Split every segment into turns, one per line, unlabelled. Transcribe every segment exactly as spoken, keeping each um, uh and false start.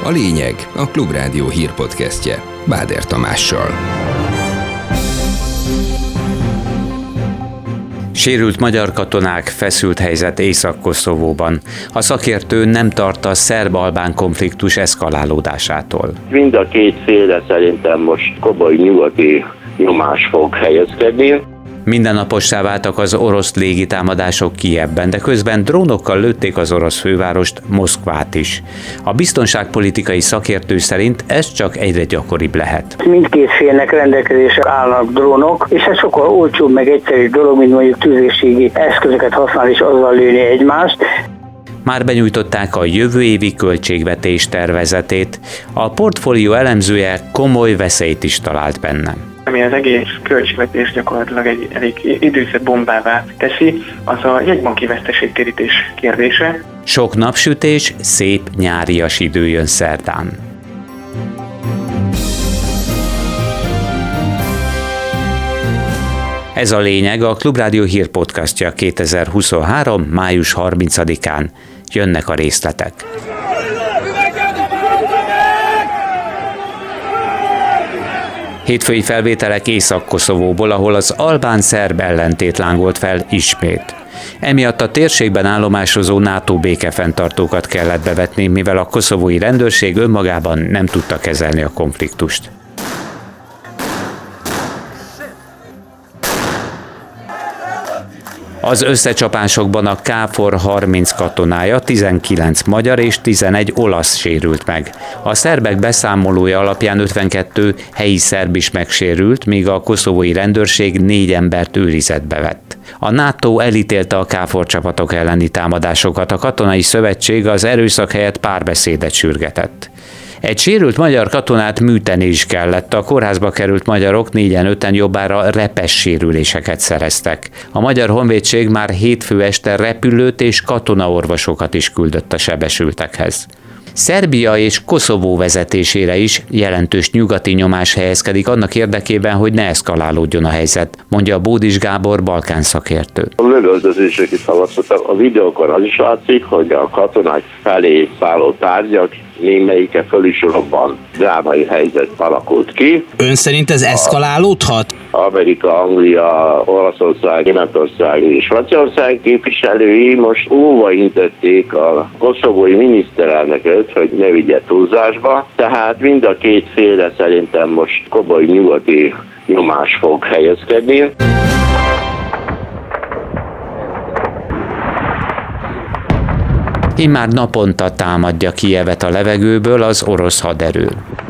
A lényeg a Klubrádió hírpodcastje Báder Tamással.
Sérült magyar katonák, feszült helyzet Észak-Koszovóban. A szakértő nem tart a szerb-albán konfliktus eszkalálódásától.
Mind a két félre szerintem most komoly nyugati nyomás fog helyezkedni.
Mindennapossá váltak az orosz légitámadások Kijevben, de közben drónokkal lőtték az orosz fővárost, Moszkvát is. A biztonságpolitikai szakértő szerint ez csak egyre gyakoribb lehet.
Mindkét félnek rendelkezésre állnak drónok, és ez sokkal olcsóbb meg egyszerű dolog, mint mondjuk tüzérségi eszközöket használni és azzal lőni egymást.
Már benyújtották a jövő évi költségvetés tervezetét. A portfólió elemzője komoly veszélyt is talált benne.
Ami az egész költségvetés gyakorlatilag egy elég időszak bombává teszi, az a jegybanki veszteségtérítés kérdése.
Sok napsütés, szép nyárias idő jön szerdán. Ez a lényeg a Klubrádió hírpodcastja kétezer-huszonhárom. május harmincadikán. Jönnek a részletek. Hétfői felvételek Észak-Koszovóból, ahol az albán-szerb ellentét lángolt fel ismét. Emiatt a térségben állomásozó NATO békefenntartókat kellett bevetni, mivel a koszovói rendőrség önmagában nem tudta kezelni a konfliktust. Az összecsapásokban a káfor harminc katonája, tizenkilenc magyar és tizenegy olasz sérült meg. A szerbek beszámolója alapján ötvenkettő helyi szerb is megsérült, míg a koszovói rendőrség négy embert őrizetbe vett. A NATO elítélte a káfor csapatok elleni támadásokat, a katonai szövetség az erőszak helyett párbeszédet sürgetett. Egy sérült magyar katonát műteni is kellett, a kórházba került magyarok négyen öten jobbára repes sérüléseket szereztek. A Magyar Honvédség már hétfő este repülőt és katonaorvosokat is küldött a sebesültekhez. Szerbia és Koszovó vezetésére is jelentős nyugati nyomás helyezkedik annak érdekében, hogy ne eszkalálódjon a helyzet, mondja Bódis Gábor balkán szakértő.
A lövöldözések is halasztottak. A videókon az is látszik, hogy a katonák felé szálló tárgyak némelyike föl is robban. Drámai helyzet alakult ki.
Ön szerint ez eszkalálódhat?
Amerika, Anglia, Olaszország, Németország és Franciaország képviselői most óva intették a koszovói miniszterelnököt, hogy ne vigye túlzásba. Tehát mind a két félre szerintem most komoly nyugati nyomás fog helyezkedni.
Immár naponta támadja Kijevet a levegőből az orosz haderő.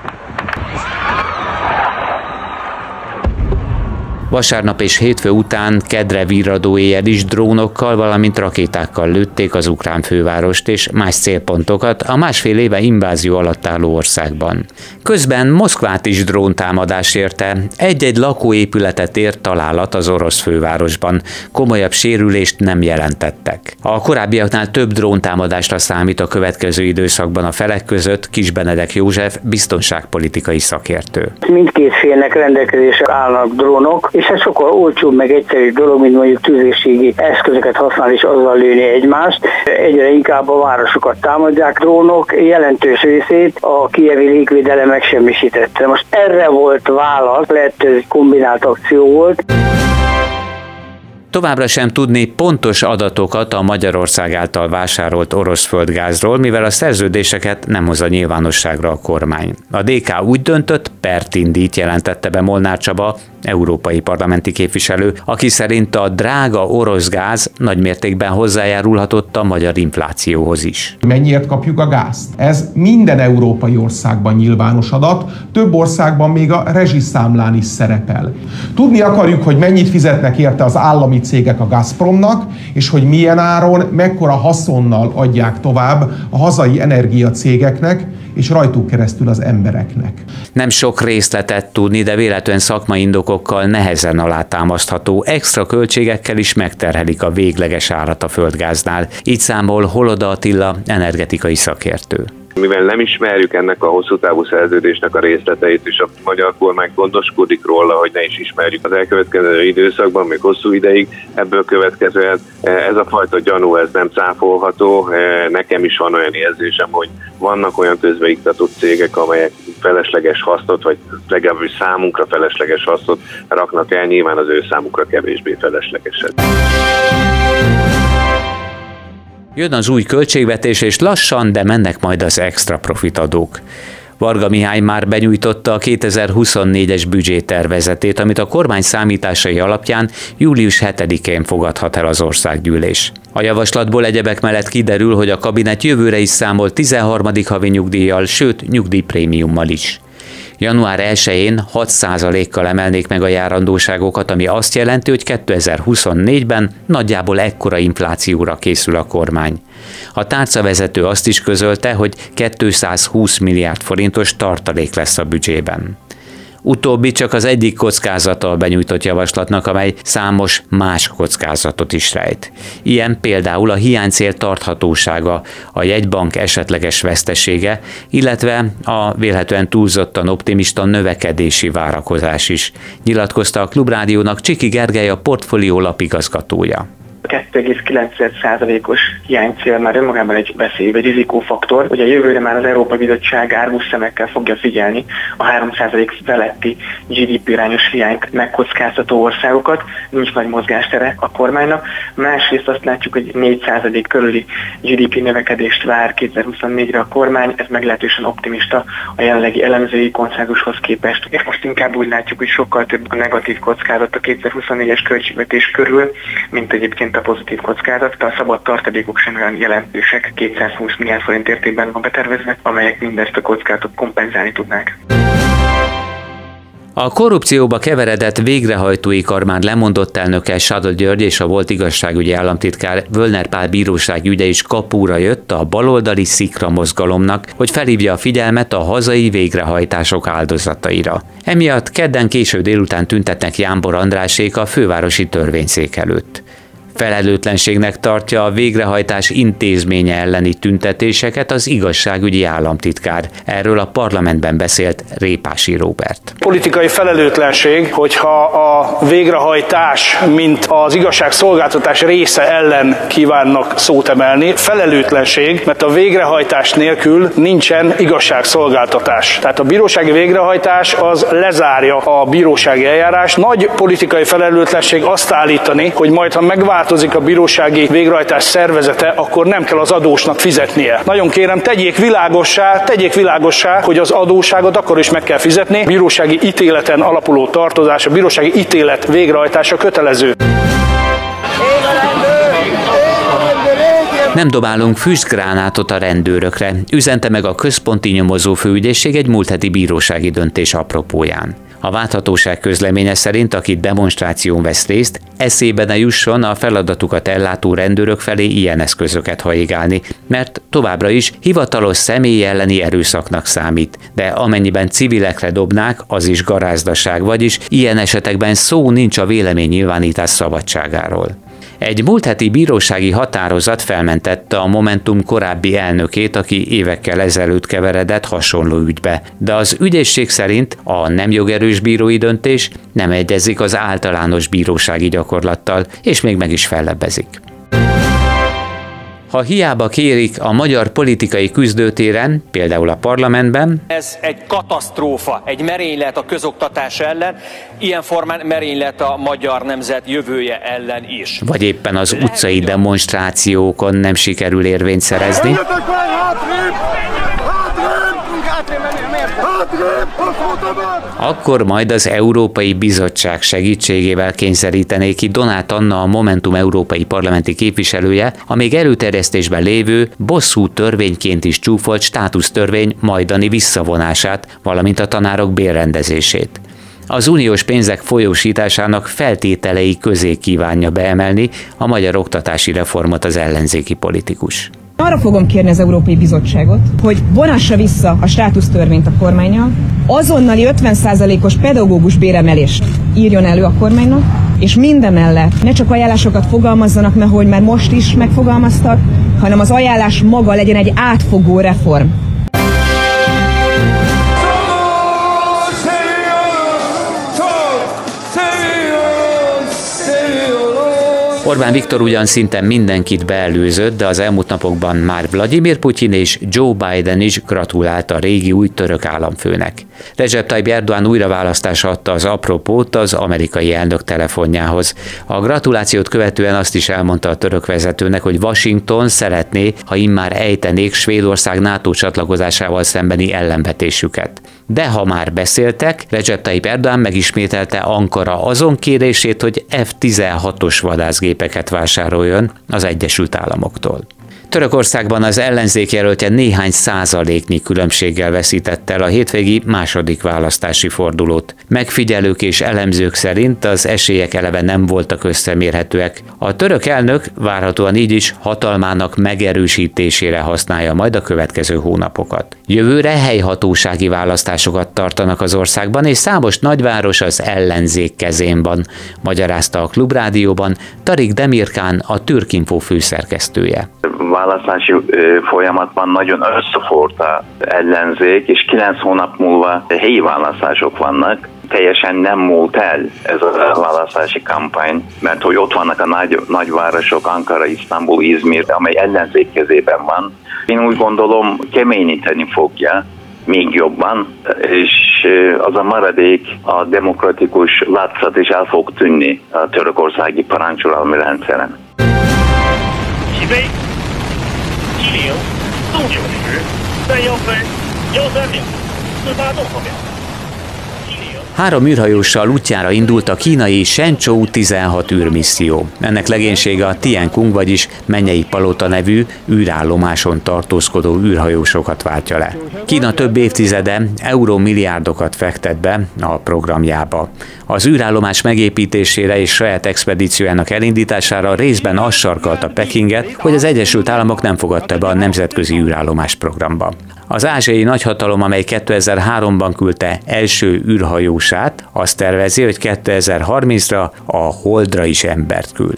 Vasárnap és hétfő után kedre virradó éjjel is drónokkal, valamint rakétákkal lőtték az ukrán fővárost és más célpontokat a másfél éve invázió alatt álló országban. Közben Moszkvát is dróntámadás érte, egy-egy lakóépületet ért találat az orosz fővárosban, komolyabb sérülést nem jelentettek. A korábbiaknál több dróntámadásra számít a következő időszakban a felek között Kis Benedek József biztonságpolitikai szakértő.
Mindkét félnek rendelkezésre állnak drónok, és ez sokkal olcsóbb meg egyszerű dolog, mint mondjuk tüzérségi eszközöket használni és azzal lőni egymást. Egyre inkább a városokat támadják drónok, jelentős részét a kijevi légvédelem megsemmisítette. Most erre volt válasz, lehet, hogy ez egy kombinált akció volt.
Továbbra sem tudni pontos adatokat a Magyarország által vásárolt orosz földgázról, mivel a szerződéseket nem hozza nyilvánosságra a kormány. A dé ká úgy döntött, pert indít, jelentette be Molnár Csaba, európai parlamenti képviselő, aki szerint a drága orosz gáz nagymértékben hozzájárulhatott a magyar inflációhoz is.
Mennyiért kapjuk a gázt? Ez minden európai országban nyilvános adat, több országban még a rezsiszámlán is szerepel. Tudni akarjuk, hogy mennyit fizetnek érte az állami cégek a Gazpromnak, és hogy milyen áron, mekkora haszonnal adják tovább a hazai energiacégeknek, és rajtuk keresztül az embereknek.
Nem sok részletet tudni, de véletlen szakmai indokokkal nehezen alátámasztható extra költségekkel is megterhelik a végleges árat a földgáznál. Így számol Holoda Attila energetikai szakértő.
Mivel nem ismerjük ennek a hosszú távú szerződésnek a részleteit, és a magyar kormány gondoskodik róla, hogy ne is ismerjük az elkövetkező időszakban, még hosszú ideig, ebből következően ez a fajta gyanú, ez nem cáfolható. Nekem is van olyan érzésem, hogy vannak olyan közbeiktatott cégek, amelyek felesleges hasznot, vagy legalábbis számunkra felesleges hasznot raknak el, nyilván az ő számukra kevésbé feleslegeset.
Jön az új költségvetés, és lassan, de mennek majd az extra profitadók. Varga Mihály már benyújtotta a kétezer-huszonnégyes büdzsétervezetét, amit a kormány számításai alapján július hetedikén fogadhat el az országgyűlés. A javaslatból egyebek mellett kiderül, hogy a kabinet jövőre is számol tizenharmadik havi nyugdíjjal, sőt nyugdíjprémiummal is. január elsején hat százalékkal emelnék meg a járandóságokat, ami azt jelenti, hogy kétezer-huszonnégyben nagyjából ekkora inflációra készül a kormány. A tárcavezető azt is közölte, hogy kétszázhúsz milliárd forintos tartalék lesz a büdzsében. Utóbbi csak az egyik kockázata a benyújtott javaslatnak, amely számos más kockázatot is rejt. Ilyen például a hiánycél tarthatósága, a jegybank esetleges vesztesége, illetve a vélhetően túlzottan optimista növekedési várakozás is, nyilatkozta a Klubrádiónak Csiki Gergely, a Portfólió lapigazgatója.
kettő egész kilenc százalékos hiánycél már önmagában egy veszély, egy rizikófaktor, hogy a jövőre már az Európai Bizottság árgus szemekkel fogja figyelni a három százalék feletti gé dé pé-arányos hiányt megkockáztató országokat, nincs nagy mozgástere a kormánynak. Másrészt azt látjuk, hogy négy százalék körüli gé dé pé növekedést vár kétezer-huszonnégyre a kormány, ez meglehetősen optimista a jelenlegi elemzői konszenzushoz képest. És most inkább úgy látjuk, hogy sokkal több a negatív kockázat a kétezer-huszonnégyes költségvetés körül, mint egyébként a pozitív kockázat, de a szabad tartalékok sem olyan jelentősek, kétszázhúsz milliárd forint értékben van betervezve, amelyek mindezt a kockázatot kompenzálni tudnák.
A korrupcióba keveredett végrehajtói kar már lemondott elnöke Sadl György és a volt igazságügyi államtitkár Völner Pál bírósági ügye is kapura jött a baloldali szikra mozgalomnak, hogy felhívja a figyelmet a hazai végrehajtások áldozataira. Emiatt kedden késő délután tüntetnek Jámbor Andrásék a fővárosi törvényszék előtt. Felelőtlenségnek tartja a végrehajtás intézménye elleni tüntetéseket az igazságügyi államtitkár. Erről a parlamentben beszélt Répási Róbert.
Politikai felelőtlenség, hogyha a végrehajtás, mint az igazságszolgáltatás része ellen kívánnak szót emelni. Felelőtlenség, mert a végrehajtás nélkül nincsen igazságszolgáltatás. Tehát a bírósági végrehajtás az lezárja a bírósági eljárást. Nagy politikai felelőtlenség azt állítani, hogy majd ha megváltozik a bírósági végrehajtás szervezete, akkor nem kell az adósnak fizetnie. Nagyon kérem, tegyék világossá, tegyék világossá, hogy az adósságot akkor is meg kell fizetni. Bírósági ítéleten alapuló tartozás, a bírósági ítélet végrehajtása kötelező.
Nem dobálunk füstgránátot a rendőrökre, üzente meg a központi nyomozó főügyészség egy múlt heti bírósági döntés apropóján. A válthatóság közleménye szerint, aki demonstráción vesz részt, eszébe ne jusson a feladatukat ellátó rendőrök felé ilyen eszközöket hajigálni, mert továbbra is hivatalos személy elleni erőszaknak számít, de amennyiben civilekre dobnák, az is garázdaság, vagyis ilyen esetekben szó nincs a véleménynyilvánítás szabadságáról. Egy múlt heti bírósági határozat felmentette a Momentum korábbi elnökét, aki évekkel ezelőtt keveredett hasonló ügybe, de az ügyészség szerint a nem jogerős bírói döntés nem egyezik az általános bírósági gyakorlattal, és még meg is fellebbezik. Ha hiába kérik a magyar politikai küzdőtéren, például a parlamentben,
ez egy katasztrófa, egy merénylet a közoktatás ellen, ilyen formán merénylet a magyar nemzet jövője ellen is.
Vagy éppen az utcai demonstrációkon nem sikerül érvényt szerezni, akkor majd az Európai Bizottság segítségével kényszerítené ki Donát Anna, a Momentum európai parlamenti képviselője, a még előterjesztésben lévő, bosszú törvényként is csúfolt státusztörvény majdani visszavonását, valamint a tanárok bérrendezését. Az uniós pénzek folyósításának feltételei közé kívánja beemelni a magyar oktatási reformot az ellenzéki politikus.
Arra fogom kérni az Európai Bizottságot, hogy vonassa vissza a státusztörvényt a kormánnyal, azonnali ötven százalékos pedagógus béremelést írjon elő a kormánynak, és mindemellett ne csak ajánlásokat fogalmazzanak meg, ahogy már most is megfogalmaztak, hanem az ajánlás maga legyen egy átfogó reform.
Orbán Viktor ugyan szinte mindenkit beelőzött, de az elmúlt napokban már Vladimir Putyin és Joe Biden is gratulált a régi új török államfőnek. Recep Tayyip Erdoğan újraválasztása adta az apropót az amerikai elnök telefonjához. A gratulációt követően azt is elmondta a török vezetőnek, hogy Washington szeretné, ha immár ejtenék Svédország NATO csatlakozásával szembeni ellenvetésüket. De ha már beszéltek, Recep Tayyip Erdoğan megismételte Ankara azon kérését, hogy F tizenhatos vadászgépeket vásároljon az Egyesült Államoktól. Törökországban az ellenzék jelöltje néhány százaléknyi különbséggel veszítette el a hétvégi második választási fordulót. Megfigyelők és elemzők szerint az esélyek eleve nem voltak összemérhetőek. A török elnök várhatóan így is hatalmának megerősítésére használja majd a következő hónapokat. Jövőre helyhatósági választásokat tartanak az országban, és számos nagyváros az ellenzék kezén van, magyarázta a Klubrádióban Tarik Demirkán, a Türkinfo főszerkesztője.
Választási folyamatban nagyon összefort az ellenzék, és kilenc hónap múlva helyi választások vannak. Teljesen nem múlt el ez a választási kampány, mert hogy ott vannak a nagy, nagyvárosok, Ankara, Isztambul, Izmir, amely ellenzék kezében van. Én úgy gondolom, keményíteni fogja még jobban, és az a maradék, a demokratikus látszat is el fog tűnni a törökországi parancsolalmi rendszeren.
Három űrhajóssal útjára indult a kínai Shenzhou tizenhat űrmisszió. Ennek legénysége a Tiankung, vagyis Mennyei Palota nevű űrállomáson tartózkodó űrhajósokat váltja le. Kína több évtizede eurómilliárdokat fektet be a programjába. Az űrállomás megépítésére és saját expedíciójának elindítására részben azt sarkalta Pekinget, hogy az Egyesült Államok nem fogadta be a nemzetközi űrállomás programba. Az ázsiai nagyhatalom, amely kétezer-háromban küldte első űrhajósát, azt tervezi, hogy kétezer-harmincra a Holdra is embert küld.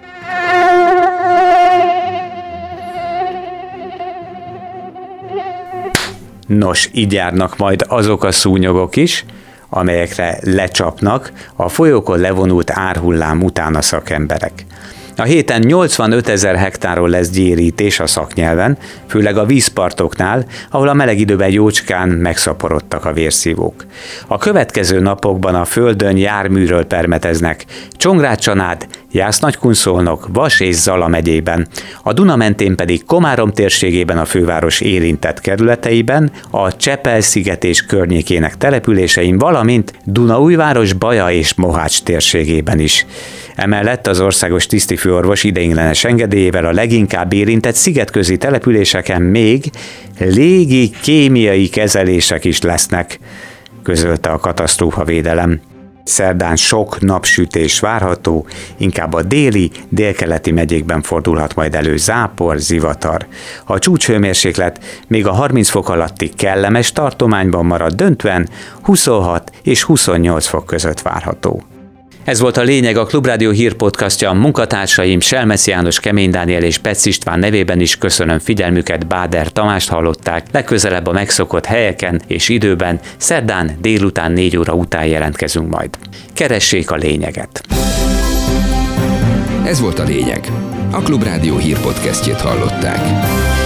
Nos, így járnak majd azok a szúnyogok is, amelyekre lecsapnak a folyókon levonult árhullám után a szakemberek. A héten nyolcvanötezer hektáron lesz gyérítés a szaknyelven, főleg a vízpartoknál, ahol a meleg időben jócskán megszaporodtak a vérszívók. A következő napokban a földön járműről permeteznek Csongrád-Csanád, Jász-Nagykunszolnok, Vas és Zala megyében, a Duna mentén pedig Komárom térségében, a főváros érintett kerületeiben, a Csepel-sziget és környékének településein, valamint Dunaújváros, Baja és Mohács térségében is. Emellett az országos tisztifőorvos ideiglenes engedélyével a leginkább érintett szigetközi településeken még légi kémiai kezelések is lesznek, közölte a katasztrófavédelem. Szerdán sok napsütés várható, inkább a déli, délkeleti megyékben fordulhat majd elő zápor, zivatar. A csúcshőmérséklet még a harminc fok alatti kellemes tartományban marad, döntően huszonhat és huszonnyolc fok között várható. Ez volt a lényeg, a Klubrádió hírpodcastja. Munkatársaim Selmesz János, Kemény Dániel és Petsz István nevében is köszönöm figyelmüket, Báder Tamást hallották. Legközelebb a megszokott helyeken és időben, szerdán délután négy óra után jelentkezünk majd. Keressék a lényeget!
Ez volt a lényeg. A Klubrádió hírpodcastjét hallották.